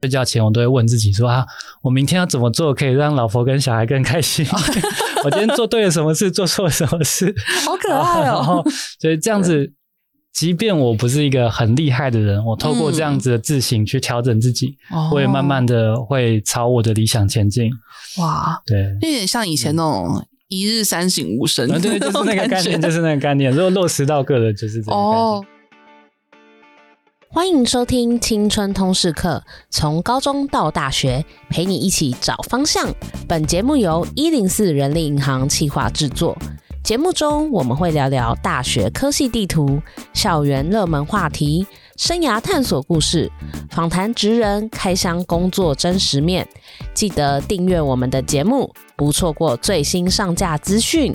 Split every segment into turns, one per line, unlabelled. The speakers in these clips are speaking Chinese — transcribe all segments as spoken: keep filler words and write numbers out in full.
睡觉前我都会问自己说啊，我明天要怎么做可以让老婆跟小孩更开心我今天做对了什么事，做错了什么事，
好可爱哦。
然后所以这样子，即便我不是一个很厉害的人，我透过这样子的自省去调整自己、嗯、我也慢慢的会朝我的理想前进。
哇，
对，
有点像以前那种一日三省吾身、
嗯、对，就是那个概念，就是那个概念，如果落实到个人就是这个概念、哦。
欢迎收听青春通识课，从高中到大学，陪你一起找方向。本节目由一零四人力银行企划制作。节目中我们会聊聊大学科系地图、校园热门话题、生涯探索故事，访谈职人开箱工作真实面。记得订阅我们的节目，不错过最新上架资讯。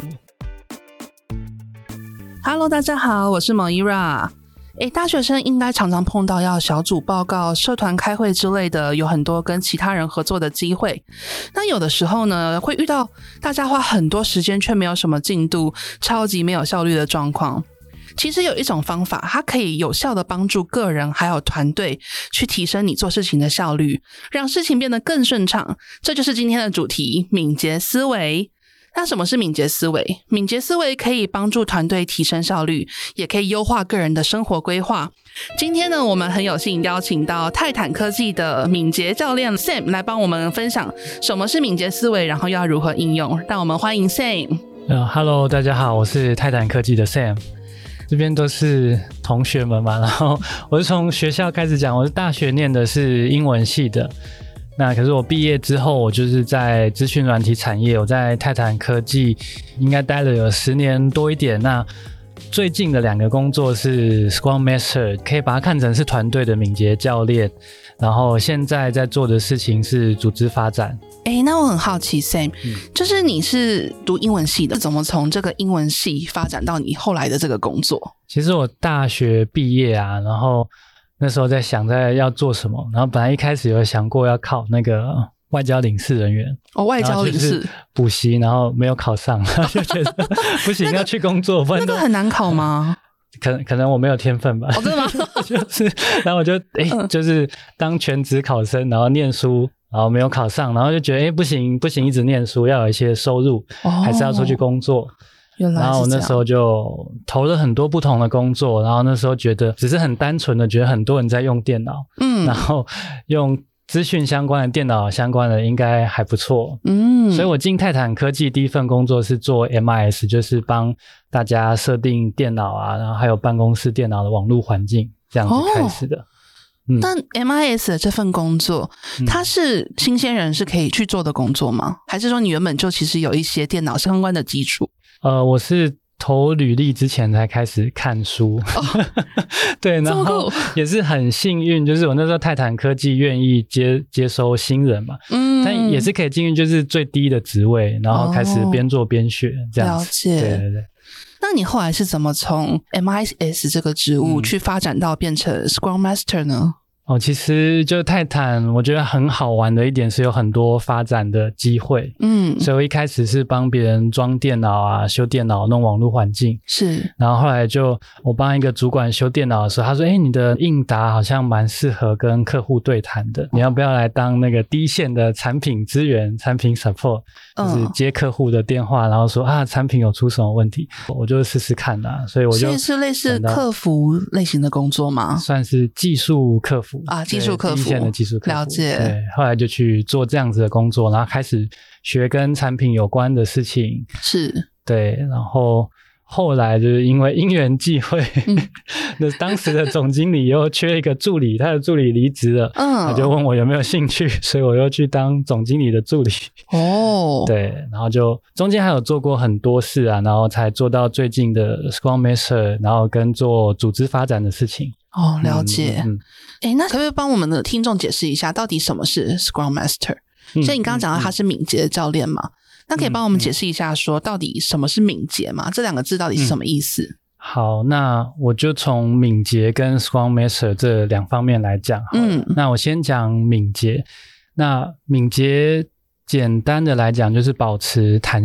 Hello， 大家好，我是 Moira。诶，大学生应该常常碰到要小组报告、社团开会之类的，有很多跟其他人合作的机会。那有的时候呢，会遇到大家花很多时间却没有什么进度，超级没有效率的状况。其实有一种方法，它可以有效的帮助个人还有团队去提升你做事情的效率，让事情变得更顺畅。这就是今天的主题：敏捷思维。那什么是敏捷思维？敏捷思维可以帮助团队提升效率，也可以优化个人的生活规划。今天呢，我们很有幸邀请到泰坦科技的敏捷教练 Sam 来帮我们分享什么是敏捷思维，然后又要如何应用。让我们欢迎 Sam。
呃 Hello， 大家好，我是泰坦科技的 Sam。这边都是同学们嘛，然后我是从学校开始讲，我是大学念的是英文系的。那可是我毕业之后，我就是在资讯软体产业，我在泰坦科技应该待了有十年多一点。那最近的两个工作是 Scrum Master， 可以把它看成是团队的敏捷教练。然后现在在做的事情是组织发展。
诶，那我很好奇 Sam、嗯、就是你是读英文系的，怎么从这个英文系发展到你后来的这个工作？
其实我大学毕业啊，然后那时候在想在要做什么，然后本来一开始有想过要考那个外交领事人员。
哦，外交领事
补习，然后没有考上就觉得不行、那個、要去工作。
那个很难考吗？
可能可能我没有天分吧。
哦，真的吗？
就是然后我就诶、嗯、就是当全职考生，然后念书，然后没有考上，然后就觉得诶不行不行，一直念书要有一些收入、哦、还是要出去工作。然后我那时候就投了很多不同的工作，然后那时候觉得只是很单纯的觉得很多人在用电脑，嗯，然后用资讯相关的电脑相关的应该还不错，嗯，所以我进泰坦科技第一份工作是做 M I S， 就是帮大家设定电脑啊，然后还有办公室电脑的网络环境，这样子开始的。哦
嗯、但 M I S 的这份工作、嗯、它是新鲜人是可以去做的工作吗？还是说你原本就其实有一些电脑相关的基础？
呃，我是投履历之前才开始看书、哦、对，然后也是很幸运，就是我那时候泰坦科技愿意接接收新人嘛，嗯，但也是可以进入就是最低的职位，然后开始边做边学、哦、这样子。了解，对对对。
那你后来是怎么从 M I S 这个职务去发展到变成 Scrum Master 呢？
哦，其实就泰坦我觉得很好玩的一点是有很多发展的机会，嗯，所以我一开始是帮别人装电脑啊，修电脑，弄网络环境，
是，
然后后来就我帮一个主管修电脑的时候，他说诶你的应答好像蛮适合跟客户对谈的，你要不要来当那个第一线的产品资源，产品 support， 就是接客户的电话，然后说啊产品有出什么问题，我就试试看啦，所以我就，
所以是类似客服类型的工作吗？
算是技术客服
啊，技术客服，
第一线的技术客服，
了解。
对，后来就去做这样子的工作，然后开始学跟产品有关的事情，
是，
对，然后后来就是因为因缘际会，嗯、那当时的总经理又缺一个助理，他的助理离职了，嗯，他就问我有没有兴趣，所以我又去当总经理的助理。哦，对，然后就中间还有做过很多事啊，然后才做到最近的 Scrum Master， 然后跟做组织发展的事情。
哦，了解。嗯，诶，那可不可以帮我们的听众解释一下，到底什么是 Scrum Master？嗯、所以你刚刚讲到他是敏捷的教练嘛？嗯、那可以帮我们解释一下，说到底什么是敏捷吗？这两个字到底是什么意思？嗯、
好，那我就从敏捷跟 Scrum Master 这两方面来讲好了。嗯，那我先讲敏捷。那敏捷简单的来讲就是保持弹性。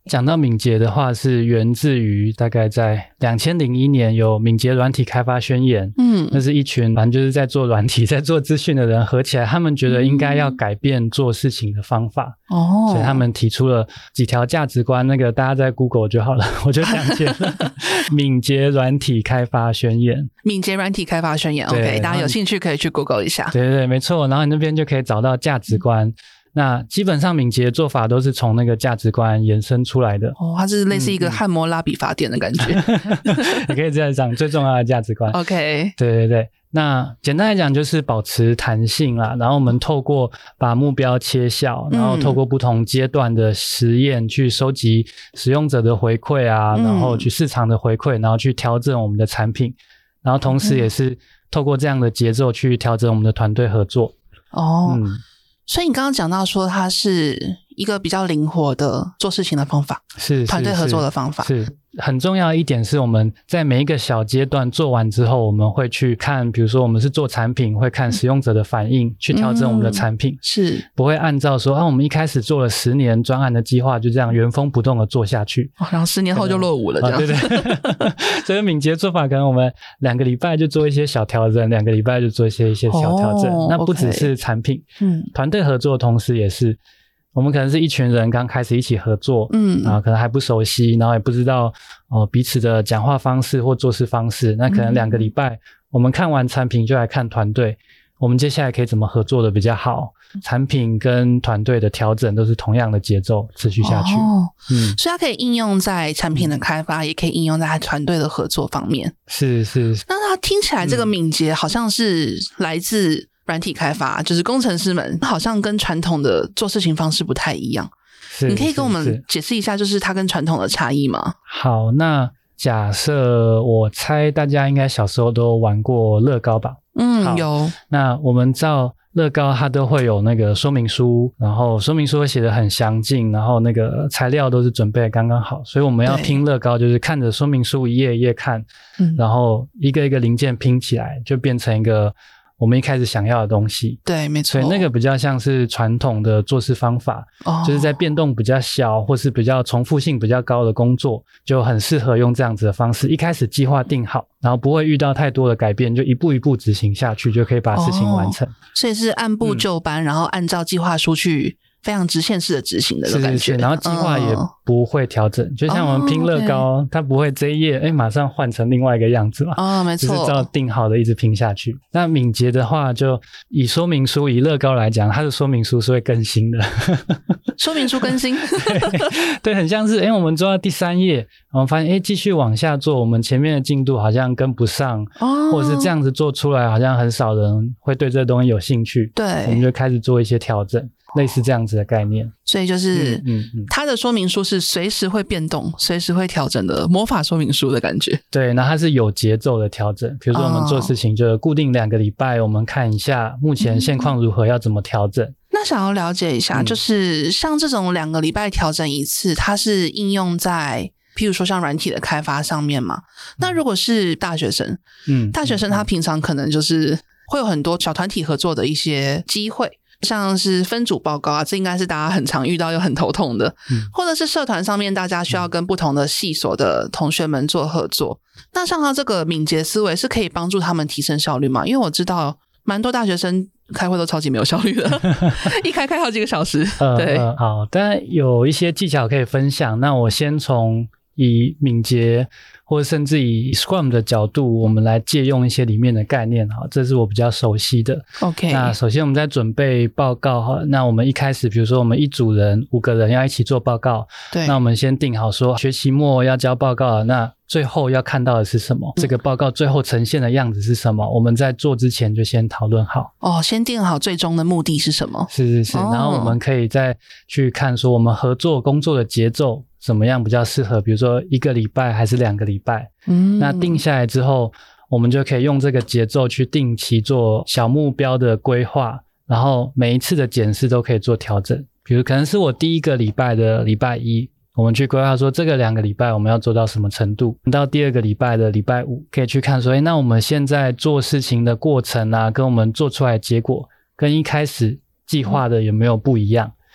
讲到敏捷的话，是源自于大概在两千零一年有敏捷软体开发宣言。嗯，那是一群反正就是在做软体、在做资讯的人合起来，他们觉得应该要改变做事情的方法。哦、嗯，所以他们提出了几条价值观，那个大家在 Google 就好了，我就讲解了。敏捷软体开发宣言，
敏捷软体开发宣言 ，OK， 大家有兴趣可以去 Google 一下。
对对对，没错。然后你那边就可以找到价值观。嗯，那基本上敏捷的做法都是从那个价值观延伸出来的。
哦，它是类似一个汉谟拉比法典的感觉。
你可以这样讲，最重要的价值观。
OK，
对对对。那简单来讲就是保持弹性啦，然后我们透过把目标切小，然后透过不同阶段的实验去收集使用者的回馈啊，嗯、然后去市场的回馈，然后去调整我们的产品，然后同时也是透过这样的节奏去调整我们的团队合作。
哦。嗯，所以你刚刚讲到说它是一个比较灵活的做事情的方法，
是
团队合作的方法，
是很重要的一点是我们在每一个小阶段做完之后，我们会去看，比如说我们是做产品，会看使用者的反应，嗯、去调整我们的产品，
嗯、是
不会按照说啊，我们一开始做了十年专案的计划，就这样原封不动的做下去，
哦、然后十年后就落伍了，这样，
啊、对对。所以敏捷做法可能我们两个礼拜就做一些小调整，两个礼拜就做一些一些小调整，哦、那不只是产品，嗯，团队合作的同时也是。我们可能是一群人刚开始一起合作，嗯，啊，可能还不熟悉，然后也不知道哦、呃、彼此的讲话方式或做事方式。那可能两个礼拜，嗯、我们看完产品就来看团队，我们接下来可以怎么合作的比较好？产品跟团队的调整都是同样的节奏持续下去。哦，
嗯，所以它可以应用在产品的开发，也可以应用在团队的合作方面。
是是。
那它听起来这个敏捷好像是来自软体开发，就是工程师们好像跟传统的做事情方式不太一样。是，你可以跟我们解释一下，就是它跟传统的差异吗？
好，那假设我猜大家应该小时候都玩过乐高吧？
嗯，有。
那我们照乐高它都会有那个说明书，然后说明书会写得很详尽，然后那个材料都是准备得刚刚好，所以我们要拼乐高就是看着说明书一页一页看，嗯、然后一个一个零件拼起来就变成一个我们一开始想要的东西。
对，没错。
所以那个比较像是传统的做事方法，哦、就是在变动比较小或是比较重复性比较高的工作，就很适合用这样子的方式，一开始计划定好，然后不会遇到太多的改变，就一步一步执行下去，就可以把事情完成。哦、
所以是按部就班，嗯、然后按照计划书去非常直线式的执行的感觉。
是是是，然后计划也不会调整，嗯、就像我们拼乐高，哦、它不会这一页诶马上换成另外一个样子嘛。
哦，没错，
就是照定好的一直拼下去。那敏捷的话，就以说明书以乐高来讲，它的说明书是会更新的。
说明书更新
对, 对，很像是诶我们做到第三页，我们发现诶继续往下做，我们前面的进度好像跟不上，哦、或者是这样子做出来好像很少人会对这个东西有兴趣，
对，
我们就开始做一些调整，类似这样子的概念。
所以就是嗯嗯它的说明书是随时会变动随时会调整的魔法说明书的感觉。
对，那它是有节奏的调整，比如说我们做事情就固定两个礼拜，我们看一下目前现况如何，要怎么调整。
那想要了解一下，嗯、就是像这种两个礼拜调整一次，它是应用在譬如说像软体的开发上面嘛？那如果是大学生，嗯，大学生他平常可能就是会有很多小团体合作的一些机会，像是分组报告啊，这应该是大家很常遇到又很头痛的，嗯、或者是社团上面大家需要跟不同的系所的同学们做合作。那像他这个敏捷思维是可以帮助他们提升效率吗？因为我知道蛮多大学生开会都超级没有效率的一开开好几个小时。呃、对、呃，
好，当然有一些技巧可以分享。那我先从以敏捷或者甚至以 Scrum 的角度，我们来借用一些里面的概念，好，这是我比较熟悉的。
OK，
那首先我们在准备报告，好，那我们一开始比如说我们一组人五个人要一起做报告，
对，
那我们先定好说学期末要交报告了，那最后要看到的是什么，这个报告最后呈现的样子是什么，我们在做之前就先讨论好。
哦，先定好最终的目的是什么。
是是是、哦、然后我们可以再去看说我们合作工作的节奏怎么样比较适合，比如说一个礼拜还是两个礼拜。嗯，那定下来之后，我们就可以用这个节奏去定期做小目标的规划，然后每一次的检视都可以做调整。比如可能是我第一个礼拜的礼拜一，我们去规划说这个两个礼拜我们要做到什么程度，到第二个礼拜的礼拜五可以去看说，诶，那我们现在做事情的过程啊，跟我们做出来的结果跟一开始计划的有没有不一样。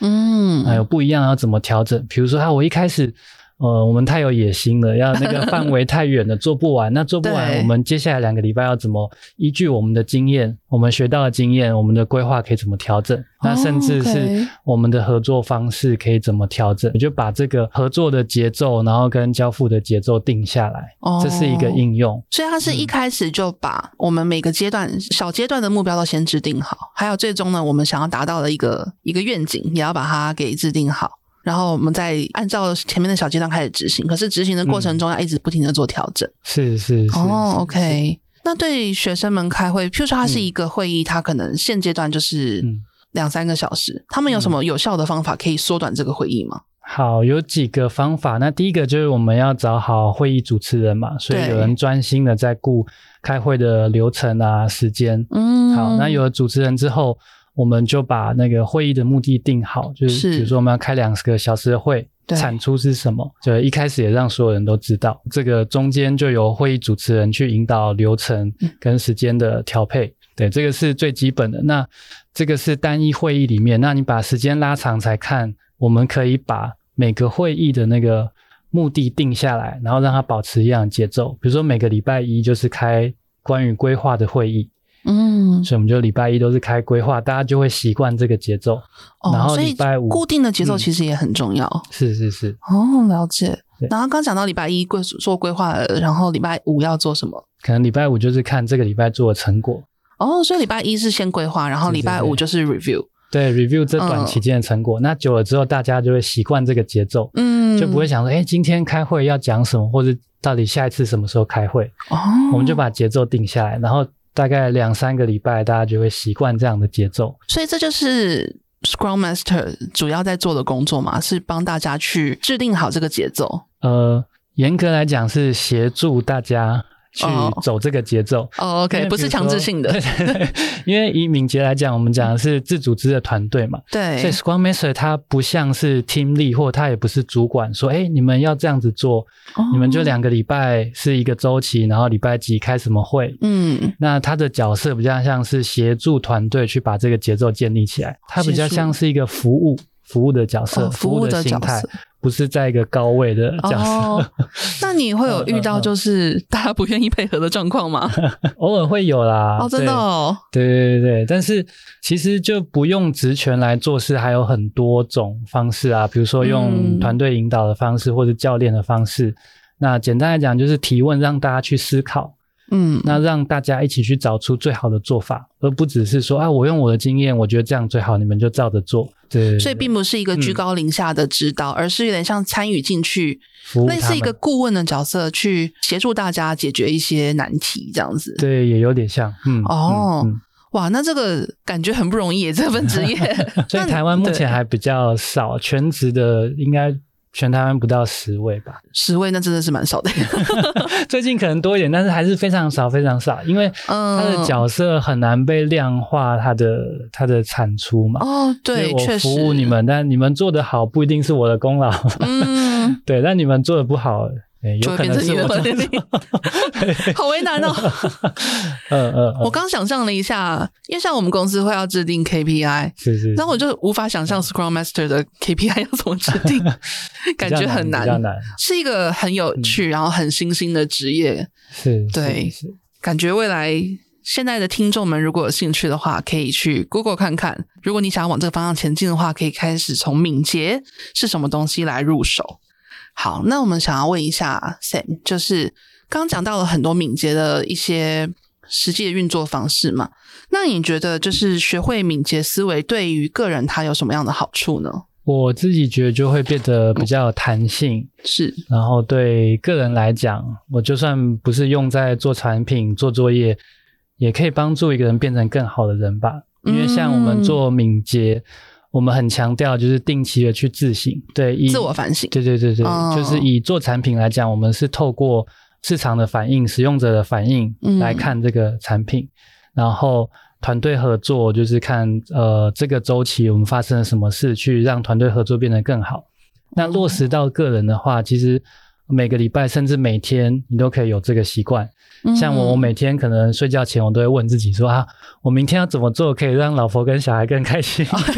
嗯，
还有不一样要怎么调整，比如说啊我一开始呃，我们太有野心了，要那个范围太远了，做不完。那做不完，我们接下来两个礼拜要怎么依据我们的经验，我们学到的经验，我们的规划可以怎么调整？哦、那甚至是我们的合作方式可以怎么调整？我就把这个合作的节奏，然后跟交付的节奏定下来，哦、这是一个应用。
所以它是一开始就把我们每个阶段、嗯、小阶段的目标都先制定好，还有最终呢，我们想要达到的一个一个愿景，也要把它给制定好。然后我们再按照前面的小阶段开始执行，可是执行的过程中要一直不停的做调整。
嗯、是是是。
哦 ，OK。那对学生们开会，譬如说它是一个会议，嗯、它可能现阶段就是两三个小时，嗯、他们有什么有效的方法可以缩短这个会议吗？
好，有几个方法。那第一个就是我们要找好会议主持人嘛，所以有人专心的在顾开会的流程啊、时间。嗯。好，那有了主持人之后，我们就把那个会议的目的定好，就是比如说我们要开两个小时的会，产出是什么，就一开始也让所有人都知道，这个中间就由会议主持人去引导流程跟时间的调配、嗯、对，这个是最基本的。那这个是单一会议里面，那你把时间拉长才看，我们可以把每个会议的那个目的定下来，然后让它保持一样的节奏。比如说每个礼拜一就是开关于规划的会议，嗯，所以我们就礼拜一都是开规划，大家就会习惯这个节奏。哦、然后礼拜五
固定的节奏其实也很重要。嗯、
是是是。
哦，了解。然后刚讲到礼拜一做规划，然后礼拜五要做什么？
可能礼拜五就是看这个礼拜做的成果。
哦，所以礼拜一是先规划，然后礼拜五就是 review。
对 ，review 这短期间的成果。嗯、那久了之后，大家就会习惯这个节奏，嗯，就不会想说，哎，今天开会要讲什么，或者到底下一次什么时候开会？哦，我们就把节奏定下来，然后大概两三个礼拜，大家就会习惯这样的节奏。
所以这就是 Scrum Master 主要在做的工作嘛，是帮大家去制定好这个节奏。
呃，严格来讲是协助大家去走这个节奏。
哦、oh, OK， 不是强制性的。
对对对，因为以敏捷来讲，我们讲的是自组织的团队嘛。
对。
所以 Scrum Master 他不像是 Team Lead， 或他也不是主管说，哎，你们要这样子做，哦、你们就两个礼拜是一个周期，然后礼拜几开什么会。嗯。那他的角色比较像是协助团队去把这个节奏建立起来，他比较像是一个服务服务的角色，
哦、服务的心态。
不是在一个高位的角色。哦、
那你会有遇到就是大家不愿意配合的状况吗？
偶尔会有啦。
哦，真的哦。
对对对对，但是其实就不用职权来做事，还有很多种方式啊，比如说用团队引导的方式，嗯、或者教练的方式。那简单来讲就是提问，让大家去思考。嗯，那让大家一起去找出最好的做法，而不只是说啊，我用我的经验，我觉得这样最好，你们就照着做。对，
所以并不是一个居高临下的指导，嗯、而是有点像参与进去，类似一个顾问的角色，去协助大家解决一些难题，这样子。
对，也有点像。嗯，
哦，嗯嗯、哇，那这个感觉很不容易耶，这份职业。
所以台湾目前还比较少全职的，应该。全台湾不到十位吧，
十位那真的是蛮少的。
最近可能多一点，但是还是非常少非常少，因为他的角色很难被量化他的他的产出嘛。
哦，对，确实。
我服务你们，但你们做得好不一定是我的功劳。嗯，对，但你们做得不好。欸、有可能是我
好为难哦。
嗯嗯，
我刚想象了一下，因为像我们公司会要制定 K P I，
是是，
然后我就无法想象 Scrum Master 的 K P I 要怎么制定，感觉很难，
比较难，
是一个很有趣、嗯、然后很新兴的职业。
是，
对，
是是
感觉未来现在的听众们如果有兴趣的话，可以去 Google 看看。如果你想要往这个方向前进的话，可以开始从敏捷是什么东西来入手。好，那我们想要问一下 Sam， 就是刚刚讲到了很多敏捷的一些实际的运作方式嘛，那你觉得就是学会敏捷思维对于个人他有什么样的好处呢？
我自己觉得就会变得比较有弹性，
是，
然后对个人来讲，我就算不是用在做产品做作业，也可以帮助一个人变成更好的人吧。因为像我们做敏捷、嗯我们很强调就是定期的去自省，对，以
自我反省，
对对对对、哦，就是以做产品来讲，我们是透过市场的反应、使用者的反应来看这个产品，嗯、然后团队合作就是看呃这个周期我们发生了什么事，去让团队合作变得更好。那落实到个人的话，其实每个礼拜甚至每天你都可以有这个习惯。像我，我每天可能睡觉前我都会问自己说啊，我明天要怎么做可以让老婆跟小孩更开心，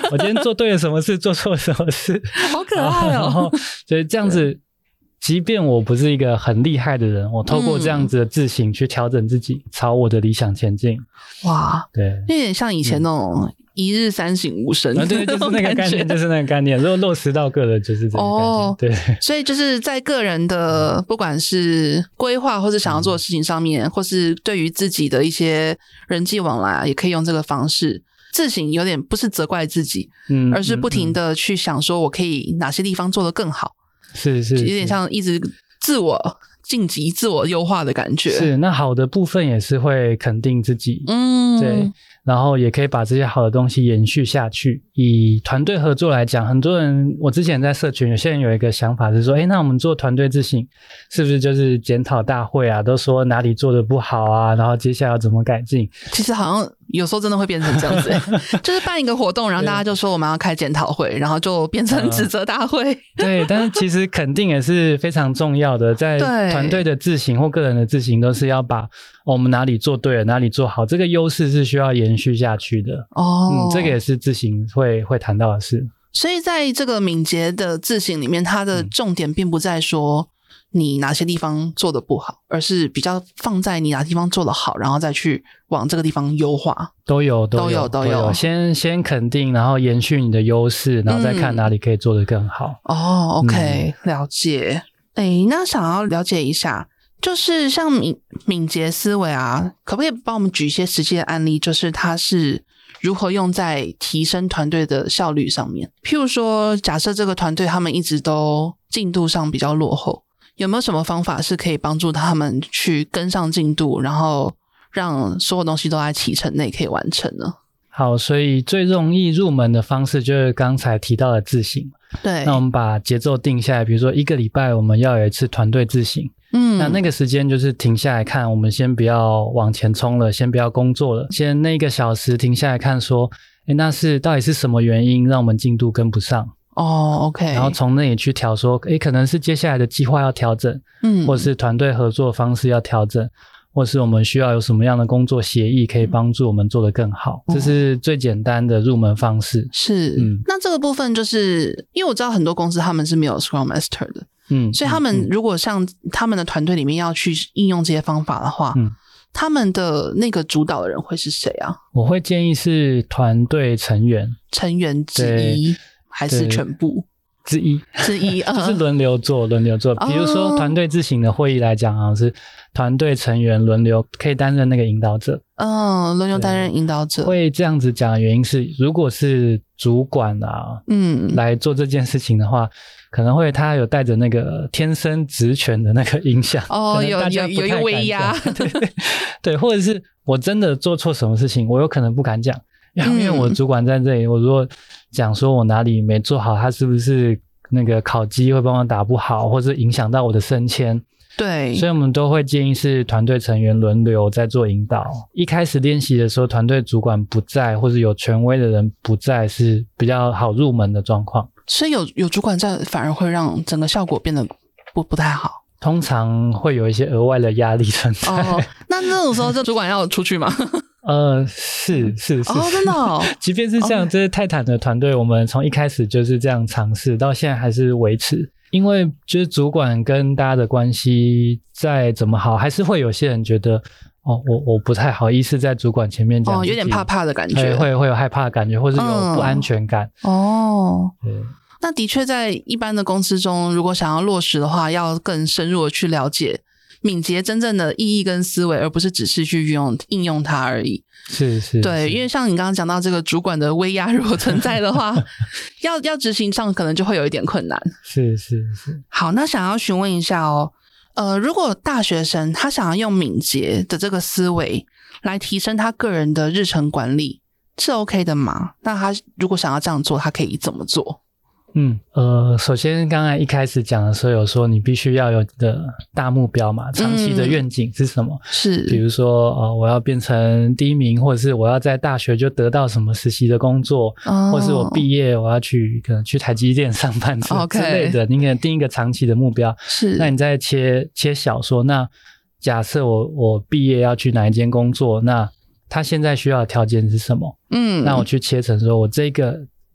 我今天做对了什么事，做错了什么事，
好可爱哦。
然后所以这样子，即便我不是一个很厉害的人，我透过这样子的自省去调整自己，嗯、朝我的理想前进。
哇，
对，
有点像以前那种一日三省吾身、嗯
啊，对，就是那个概念，就是那个概念。如果落实到个人，就是这个概念。哦，对，
所以就是在个人的不管是规划或是想要做的事情上面，嗯、或是对于自己的一些人际往来啊，也可以用这个方式。自省有点不是责怪自己，嗯，而是不停的去想说我可以哪些地方做得更好。
是是，
有点像一直自我晋级、自我优化的感觉。
是，那好的部分也是会肯定自己，嗯，对，然后也可以把这些好的东西延续下去。以团队合作来讲，很多人，我之前在社群，有些人有一个想法是说，诶，那我们做团队自省，是不是就是检讨大会啊？都说哪里做得不好啊，然后接下来要怎么改进？
其实好像有时候真的会变成这样子，就是办一个活动，然后大家就说我们要开检讨会，然后就变成指责大会。嗯、
对，但是其实肯定也是非常重要的，在团队的自省或个人的自省，都是要把、哦、我们哪里做对了，哪里做好，这个优势是需要延续下去的。哦，嗯，这个也是自省会会谈到的事。
所以在这个敏捷的自省里面，它的重点并不在说你哪些地方做得不好，而是比较放在你哪地方做得好，然后再去往这个地方优化。
都有都有
都有都有，
先先肯定，然后延续你的优势，然后再看哪里可以做得更好。
嗯、哦 ，OK，、嗯、了解。诶，那想要了解一下，就是像敏敏捷思维啊，可不可以帮我们举一些实际的案例，就是它是如何用在提升团队的效率上面？譬如说，假设这个团队他们一直都进度上比较落后，有没有什么方法是可以帮助他们去跟上进度，然后让所有东西都在期程内可以完成呢？
好，所以最容易入门的方式就是刚才提到的自省。
对，
那我们把节奏定下来，比如说一个礼拜我们要有一次团队自省。嗯，那那个时间就是停下来看，我们先不要往前冲了，先不要工作了，先那一个小时停下来看说，诶，那是到底是什么原因让我们进度跟不上？
哦 ，OK，
然后从那里去调说，诶，可能是接下来的计划要调整，嗯，或是团队合作方式要调整，或是我们需要有什么样的工作协议可以帮助我们做得更好，这是最简单的入门方式。
是，嗯，那这个部分就是因为我知道很多公司他们是没有 Scrum Master 的，嗯，所以他们如果像他们的团队里面要去应用这些方法的话，嗯，他们的那个主导的人会是谁啊？
我会建议是团队成员，
成员之一还是全部？
之一
之一，
就是轮流做轮流做。比如说团队自省的会议来讲，好像是团队成员轮流可以担任那个引导者。
嗯，轮流担任引导者。
会这样子讲的原因是，如果是主管啊，嗯，来做这件事情的话，可能会他有带着那个天生职权的那个影响。
哦，有有有一个威压。
对对，或者是我真的做错什么事情，我有可能不敢讲。因为我主管在这里，我如果讲说我哪里没做好，他是不是那个考绩会帮我打不好，或者影响到我的升迁？
对，
所以我们都会建议是团队成员轮流在做引导。一开始练习的时候，团队主管不在，或者有权威的人不在，是比较好入门的状况。
所以有有主管在，反而会让整个效果变得不不太好。
通常会有一些额外的压力存在。
哦，那那种时候，这主管要出去吗？
呃，是是是，
哦，真的哦。
即便是这样， okay. 这是泰坦的团队，我们从一开始就是这样尝试，到现在还是维持。因为就是主管跟大家的关系再怎么好，还是会有些人觉得，哦，我我不太好意思在主管前面讲，
哦，有点怕怕的感觉，
会会有害怕的感觉，或是有不安全感。
嗯、哦，对。那的确，在一般的公司中，如果想要落实的话，要更深入的去了解敏捷真正的意义跟思维，而不是只是去运用应用它而已。
是是，
对，因为像你刚刚讲到这个主管的威压如果存在的话，要要执行上可能就会有一点困难。
是是是。
好，那想要询问一下哦，呃，如果大学生他想要用敏捷的这个思维来提升他个人的日程管理，是 OK 的吗？那他如果想要这样做，他可以怎么做？
嗯，呃，首先刚才一开始讲的时候有说你必须要有的大目标嘛，长期的愿景是什么？嗯、
是，
比如说呃，我要变成第一名，或者是我要在大学就得到什么实习的工作，哦、或是我毕业我要去可能去台积电上班之、
okay.
之类的，你可能定一个长期的目标。
是，
那你再切切小说，那假设我我毕业要去哪一间工作，那他现在需要的条件是什么？嗯，那我去切成说我这个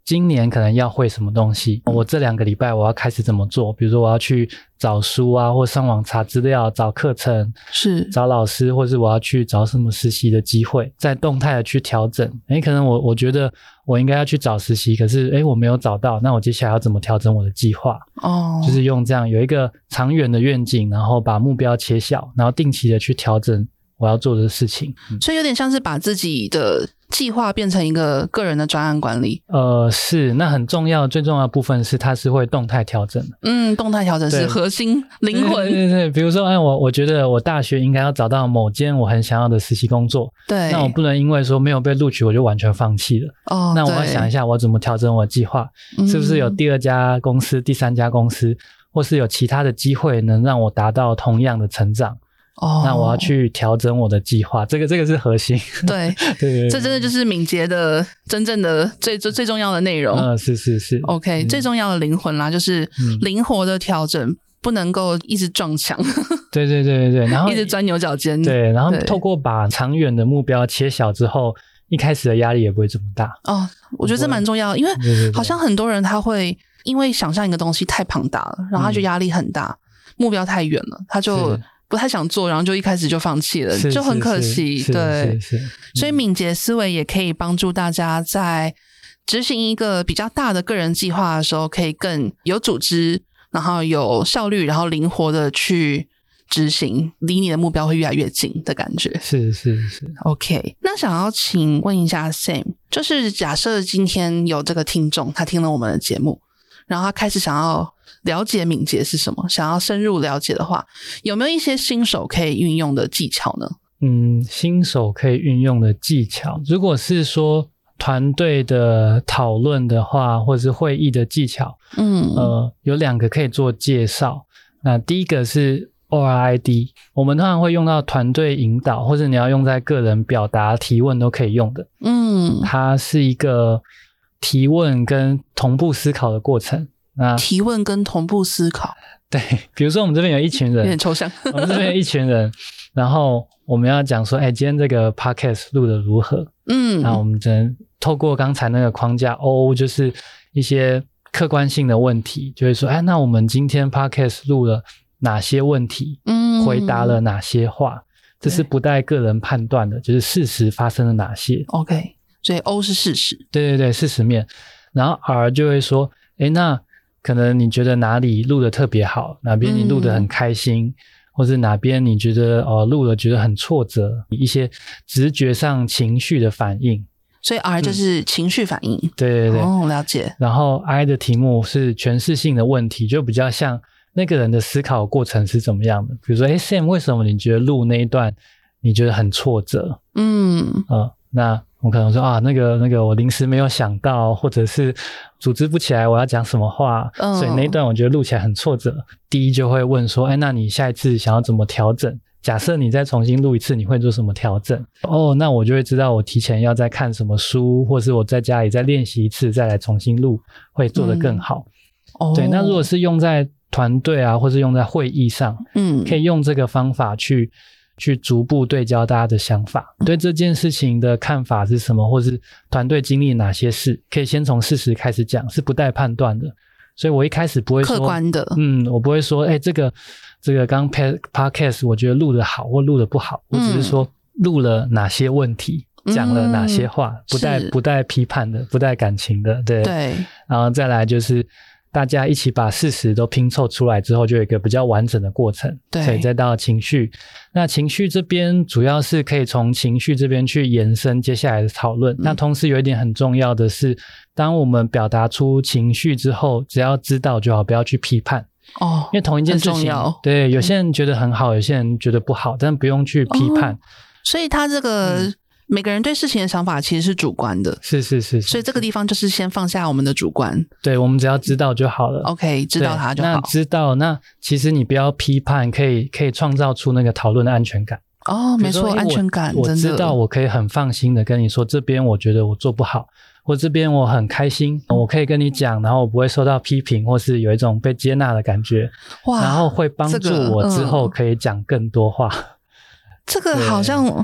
今年可能要会什么东西，我这两个礼拜我要开始怎么做，比如说我要去找书啊，或上网查资料，找课程，
是
找老师，或是我要去找什么实习的机会，再动态的去调整。诶，可能我我觉得我应该要去找实习，可是诶我没有找到，那我接下来要怎么调整我的计划？哦，就是用这样有一个长远的愿景，然后把目标切小，然后定期的去调整我要做的事情。
嗯、所以有点像是把自己的计划变成一个个人的专案管理。
呃，是，那很重要，最重要的部分是它是会动态调整的。
嗯，动态调整是核心灵魂。
对对对，比如说，哎，我我觉得我大学应该要找到某间我很想要的实习工作。
对，
那我不能因为说没有被录取，我就完全放弃了。哦，那我要想一下，我怎么调整我的计划？是不是有第二家公司、第三家公司，或是有其他的机会能让我达到同样的成长？哦，那我要去调整我的计划，这个这个是核心。
对对, 对, 对，这真的就是敏捷的真正的最最最重要的内容。
嗯，是是是。
OK，、嗯、最重要的灵魂啦，就是灵活的调整，嗯、不能够一直撞墙。
对对对对对，然后
一直钻牛角尖。
对，然后透过把长远的目标切小之后，一开始的压力也不会这么大。
哦，我觉得这蛮重要的，因为好像很多人他会因为想象一个东西太庞大了，然后他就压力很大，嗯、目标太远了，他就不太想做，然后就一开始就放弃了，就很可惜。
是是是
对，
是是是，
所以敏捷思维也可以帮助大家在执行一个比较大的个人计划的时候，可以更有组织，然后有效率，然后灵活的去执行，离你的目标会越来越近的感觉。
是是是。
OK， 那想要请问一下 Sam， 就是假设今天有这个听众，他听了我们的节目，然后他开始想要了解敏捷是什么，想要深入了解的话，有没有一些新手可以运用的技巧呢？
嗯，新手可以运用的技巧，如果是说团队的讨论的话，或者是会议的技巧，嗯，呃，有两个可以做介绍。那第一个是 O R I D， 我们通常会用到团队引导，或者你要用在个人表达、提问都可以用的。嗯，它是一个提问跟同步思考的过程。那
提问跟同步思考，
对，比如说我们这边有一群人，
有点抽象。
我们这边有一群人，然后我们要讲说，哎，今天这个 podcast 录得如何？嗯，那我们只能透过刚才那个框架 O， 就是一些客观性的问题，就会说，哎，那我们今天 podcast 录了哪些问题？嗯，回答了哪些话？这是不带个人判断的，就是事实发生了哪些
？OK， 所以 O 是事实，
对对对，事实面。然后 R 就会说，哎，那可能你觉得哪里录得特别好，哪边你录得很开心，嗯、或是哪边你觉得哦录了觉得很挫折，一些直觉上情绪的反应。
所以 R 就是情绪反应。
嗯、对对对，
哦，了解。
然后 I 的题目是诠释性的问题，就比较像那个人的思考过程是怎么样的。比如说，哎 ，Sam， 为什么你觉得录那一段你觉得很挫折？嗯，呃，那我可能说啊，那个那个我临时没有想到，或者是组织不起来我要讲什么话，嗯、所以那一段我觉得录起来很挫折。第一就会问说，哎，那你下一次想要怎么调整？假设你再重新录一次，你会做什么调整？哦，那我就会知道我提前要再看什么书，或是我在家里再练习一次，再来重新录，会做得更好。嗯、对，那如果是用在团队啊，或是用在会议上，嗯，可以用这个方法去。去逐步对焦大家的想法，对这件事情的看法是什么，或是团队经历哪些事，可以先从事实开始讲，是不带判断的。所以我一开始不会说
客观的，
嗯，我不会说，哎，这个这个刚 podcast 我觉得录得好或录得不好，我只是说录了哪些问题，嗯、讲了哪些话，不带不带批判的，不带感情的，对
对。
然后再来就是大家一起把事实都拼凑出来之后，就有一个比较完整的过程。对，所以再到情绪，那情绪这边主要是可以从情绪这边去延伸接下来的讨论。嗯、那同时有一点很重要的是，当我们表达出情绪之后，只要知道就好，不要去批判。哦，因为同一件事情，对，有些人觉得很好，有些人觉得不好，但不用去批判。哦、
所以他这个。嗯每个人对事情的想法其实是主观的，
是是 是, 是，
所以这个地方就是先放下我们的主观，
对，我们只要知道就好了。
OK， 知道它就好。
那知道，那其实你不要批判，可以可以创造出那个讨论的安全感。
哦，没错，安全感，
我知道我可以很放心的跟你说，这边我觉得我做不好，或这边我很开心，我可以跟你讲，然后我不会受到批评，或是有一种被接纳的感觉。哇，然后会帮助我之后可以讲更多话。
这个、嗯、这个好像。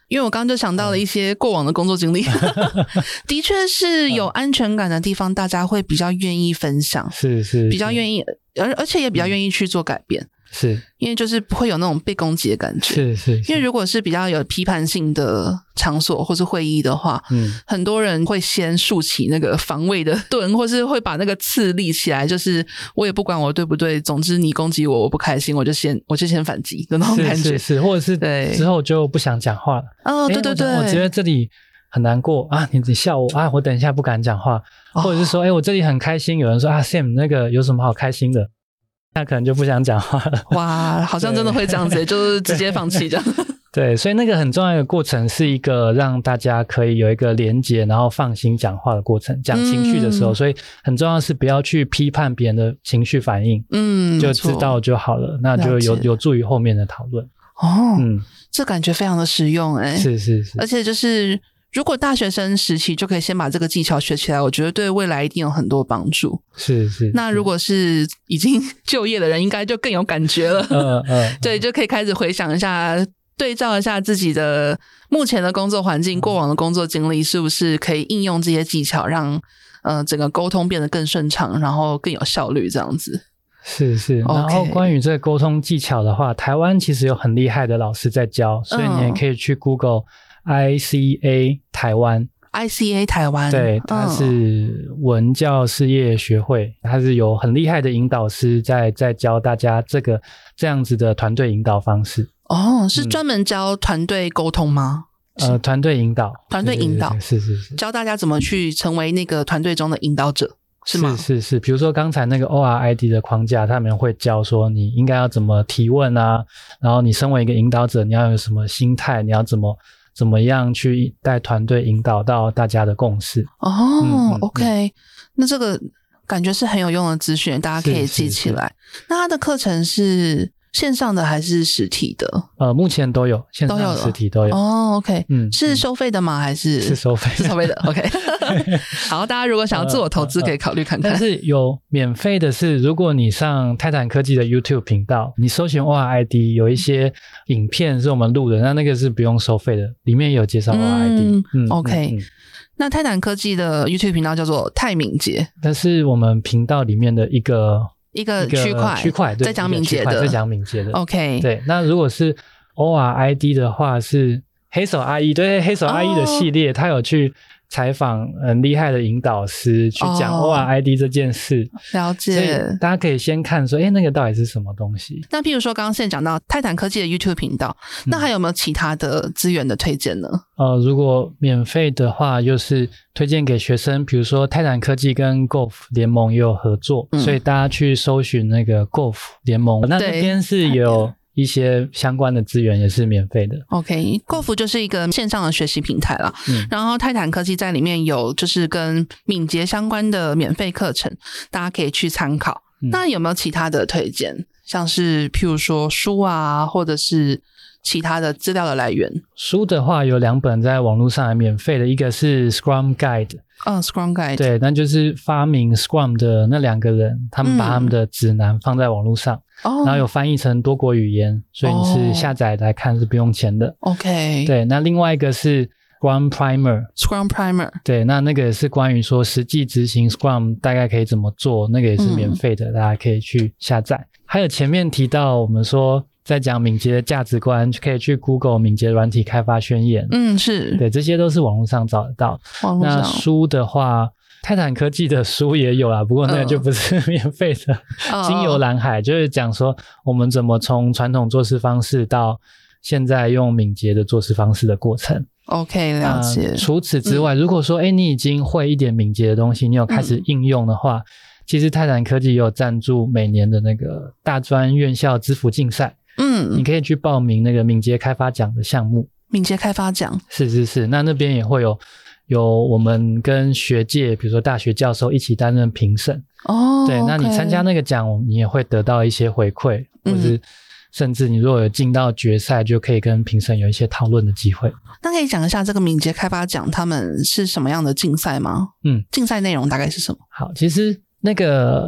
因为我刚刚就想到了一些过往的工作经历，的确是有安全感的地方，大家会比较愿意分享，
是是，
比较愿意，而而且也比较愿意去做改变。
是
因为就是不会有那种被攻击的感觉，
是 是, 是，
因为如果是比较有批判性的场所或是会议的话，嗯，很多人会先竖起那个防卫的盾，或是会把那个刺立起来，就是我也不管我对不对，总之你攻击我我不开心，我就先我就先反击的那种感觉，
是是是，或者是之后就不想讲话了。
哦，对对对，
我觉得这里很难过啊，你你笑我啊，我等一下不敢讲话，哦、或者是说，哎，我这里很开心，有人说啊 ，Sam 那个有什么好开心的？那可能就不想讲话了。
哇，好像真的会这样子，就是直接放弃这样。
对，所以那个很重要的过程是一个让大家可以有一个连结，然后放心讲话的过程，讲情绪的时候，嗯、所以很重要的是不要去批判别人的情绪反应，嗯，就知道就好了，那就有有助于后面的讨论。
哦，嗯，这感觉非常的实用哎、欸，
是是是，
而且就是如果大学生时期就可以先把这个技巧学起来，我觉得对未来一定有很多帮助。
是是，
那如果是已经就业的人，应该就更有感觉了。嗯嗯，对，就可以开始回想一下，对照一下自己的目前的工作环境、过往的工作经历，是不是可以应用这些技巧，让呃整个沟通变得更顺畅，然后更有效率，这样子。
是是，然后关于这个沟通技巧的话，台湾其实有很厉害的老师在教，所以你也可以去 Google I C A 台湾
I C A 台湾，
对，它是文教事业学会，它是有很厉害的引导师在在教大家这个这样子的团队引导方式。哦，
是专门教团队沟通吗？
嗯、呃，团队引导，
团队引导，
是是是，
教大家怎么去成为那个团队中的引导者。是吗？
是是是，比如说刚才那个 O R I D 的框架，他们会教说你应该要怎么提问啊，然后你身为一个引导者，你要有什么心态，你要怎么怎么样去带团队引导到大家的共识。
哦、嗯嗯、OK， 那这个感觉是很有用的资讯，大家可以记起来。是是是，那他的课程是线上的还是实体的？
呃，目前都有，线上实体都有。
哦 ，OK， 嗯，是收费的吗？还是
是收费？
是收费的 ，OK 。好，大家如果想要自我投资，可以考虑看看。
但是有免费的是，如果你上泰坦科技的 YouTube 频道，你搜寻 O R I D， 有一些影片是我们录的，那那个是不用收费的，里面有介绍 O R I D。嗯,
嗯 ，OK、嗯。那泰坦科技的 YouTube 频道叫做泰敏捷，
但是我们频道里面的一个。
一个区块，
区块在
讲敏捷的，
在讲敏捷的。
OK，
对。那如果是 O R I D 的话，是黑手阿姨，对，黑手阿姨的系列，他、oh. 有去采访很厉害的引导师，去讲 O R I D 这件事。
Oh. 了解。
所以大家可以先看说，哎，那个到底是什么东西？
那譬如说，刚刚现在讲到泰坦科技的 YouTube 频道，那还有没有其他的资源的推荐呢？
呃，如果免费的话，就是推荐给学生，比如说泰坦科技跟 Golf 联盟也有合作，嗯、所以大家去搜寻那个 Golf 联盟，那那边是有一些相关的资源，也是免费的。
OK，Golf 就是一个线上的学习平台啦、嗯、然后泰坦科技在里面有就是跟敏捷相关的免费课程，大家可以去参考。嗯、那有没有其他的推荐？像是譬如说书啊，或者是其他的资料的来源？
书的话有两本在网络上免费的，一个是 Scrum Guide。
嗯 ，Scrum Guide。
对，那就是发明 Scrum 的那两个人，他们把他们的指南放在网络上，嗯、然后有翻译成多国语言，所以你是下载来看是不用钱的。
OK。
对，那另外一个是 Scrum Primer。Scrum
Primer。
对，那那个也是关于说实际执行 Scrum 大概可以怎么做，那个也是免费的，嗯、大家可以去下载。还有前面提到我们说在讲敏捷的价值观，可以去 Google 敏捷软体开发宣言。
嗯，是。
对，这些都是网络上找得到。
网络上。
那书的话，泰坦科技的书也有啦，不过那个就不是免费的。嗯、经由蓝海就是讲说我们怎么从传统做事方式到现在用敏捷的做事方式的过程。
OK， 了解。
除此之外，嗯、如果说诶你已经会一点敏捷的东西，你有开始应用的话，嗯、其实泰坦科技也有赞助每年的那个大专院校资辅竞赛。嗯，你可以去报名那个敏捷开发奖的项目。
敏捷开发奖，
是是是，那那边也会有有我们跟学界，比如说大学教授一起担任评审。哦，对， okay. 那你参加那个奖，你也会得到一些回馈，嗯、或是甚至你如果有进到决赛，就可以跟评审有一些讨论的机会。
那可以讲一下这个敏捷开发奖他们是什么样的竞赛吗？嗯，竞赛内容大概是什么？
好，其实那个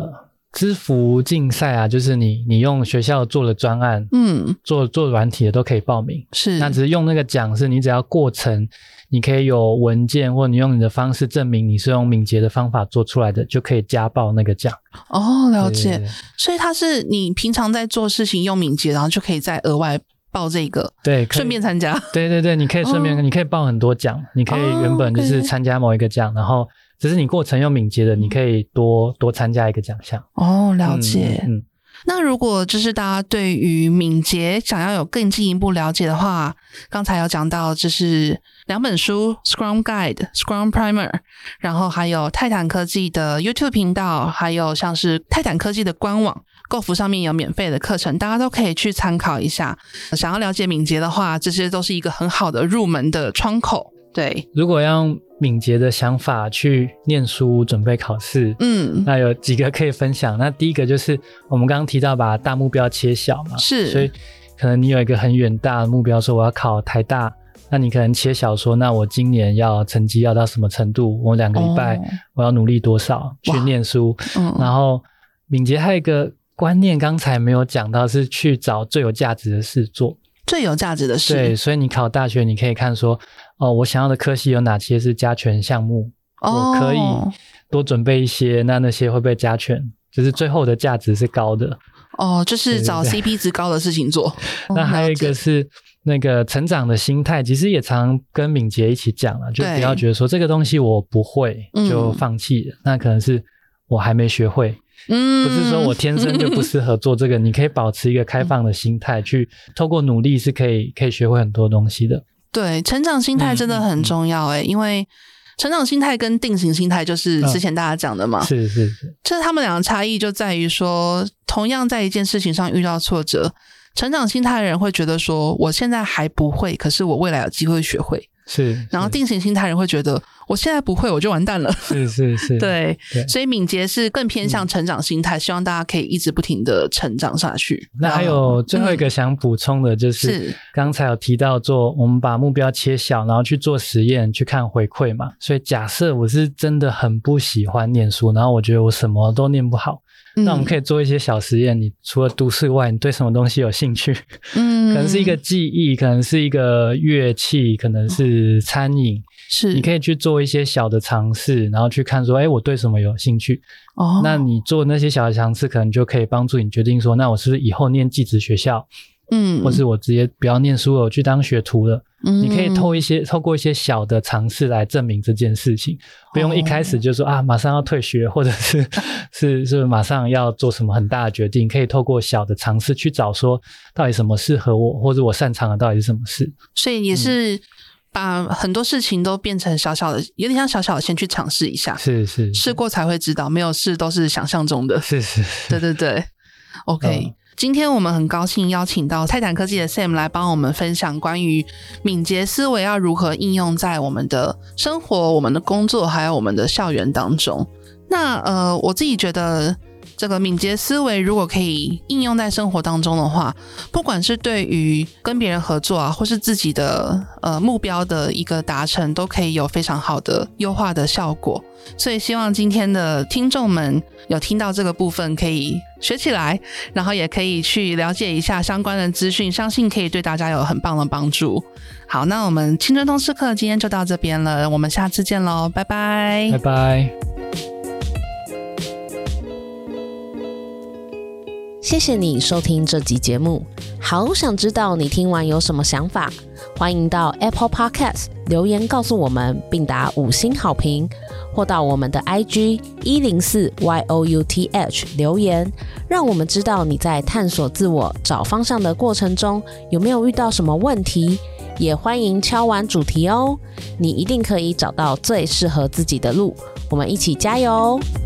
资服竞赛啊，就是你你用学校做的专案，
嗯，
做做软体的都可以报名。
是，
那只是用那个奖是你只要过程，你可以有文件，或你用你的方式证明你是用敏捷的方法做出来的，就可以加报那个奖。
哦，了解。
对对对，
所以它是你平常在做事情用敏捷，然后就可以再额外报这个，
对，
顺便参加。
对对对，你可以顺便、哦、你可以报很多奖，你可以原本就是参加某一个奖、哦 okay、然后只是你过程用敏捷的，你可以多多参加一个奖项。
哦，了解。
嗯嗯，
那如果就是大家对于敏捷想要有更进一步了解的话，刚才有讲到就是两本书 Scrum Guide、Scrum Primer， 然后还有泰坦科技的 YouTube 频道，还有像是泰坦科技的官网，Golf上面有免费的课程，大家都可以去参考一下。想要了解敏捷的话，这些都是一个很好的入门的窗口。对，
如果要用敏捷的想法去念书准备考试，
嗯，
那有几个可以分享。那第一个就是我们刚刚提到把大目标切小嘛，
是，
所以可能你有一个很远大的目标，说我要考台大，那你可能切小说，那我今年要成绩要到什么程度，我两个礼拜我要努力多少、哦、去念书、嗯、然后敏捷还有一个观念刚才没有讲到，是去找最有价值的事做，
最有价值的事。
对，所以你考大学你可以看说，哦，我想要的科系有哪些是加权项目、哦、我可以多准备一些，那那些会不会加权，就是最后的价值是高的。
哦，就是找 C P 值高的事情做。
那还有一个是那个成长的心态，其实也常跟敏捷一起讲了，就不要觉得说这个东西我不会就放弃了、嗯、那可能是我还没学会，嗯，不是说我天生就不适合做这个，你可以保持一个开放的心态，去透过努力是可以可以学会很多东西的。
对，成长心态真的很重要诶、欸嗯嗯、因为成长心态跟定型心态就是之前大家讲的嘛、
嗯、是是是，
就是他们两个差异就在于说，同样在一件事情上遇到挫折，成长心态的人会觉得说我现在还不会，可是我未来有机会学会，
是，
然后定型心态人会觉得我现在不会我就完蛋了，
是是是，
对，对，所以敏捷是更偏向成长心态、嗯、希望大家可以一直不停的成长下去。
那还有最后一个想补充的就是刚才有提到做我们把目标切小，然后去做实验去看回馈嘛，所以假设我是真的很不喜欢念书，然后我觉得我什么都念不好，那我们可以做一些小实验，你除了读书外，你对什么东西有兴趣？嗯，可能是一个技艺，可能是一个乐器，可能是餐饮，
是，
你可以去做一些小的尝试，然后去看说，哎，我对什么有兴趣？哦，那你做那些小的尝试，可能就可以帮助你决定说，那我是不是以后念技职学校？嗯，或是我直接不要念书了，我去当学徒了。嗯，你可以透一些透过一些小的尝试来证明这件事情，不用一开始就说、哦、啊马上要退学，或者是是是马上要做什么很大的决定，可以透过小的尝试去找说到底什么适合我，或者我擅长的到底是什么事。所
以也是把很多事情都变成小小的，有点像小小的先去尝试一下，
是是，
试过才会知道，没有试都是想象中的，
是是是，
对对对 OK、嗯，今天我们很高兴邀请到泰坦科技的 Sam 来帮我们分享关于敏捷思维要如何应用在我们的生活、我们的工作还有我们的校园当中。那呃，我自己觉得这个敏捷思维如果可以应用在生活当中的话，不管是对于跟别人合作啊，或是自己的呃目标的一个达成，都可以有非常好的优化的效果。所以希望今天的听众们有听到这个部分可以学起来，然后也可以去了解一下相关的资讯，相信可以对大家有很棒的帮助。好，那我们青春通识课今天就到这边了，我们下次见咯，拜拜，
拜拜。
谢谢你收听这集节目，好想知道你听完有什么想法，欢迎到 Apple Podcast 留言告诉我们，并打五星好评，或到我们的 I G 一零四 Y O U T H 留言，让我们知道你在探索自我、找方向的过程中有没有遇到什么问题，也欢迎敲完主题哦，你一定可以找到最适合自己的路，我们一起加油哦。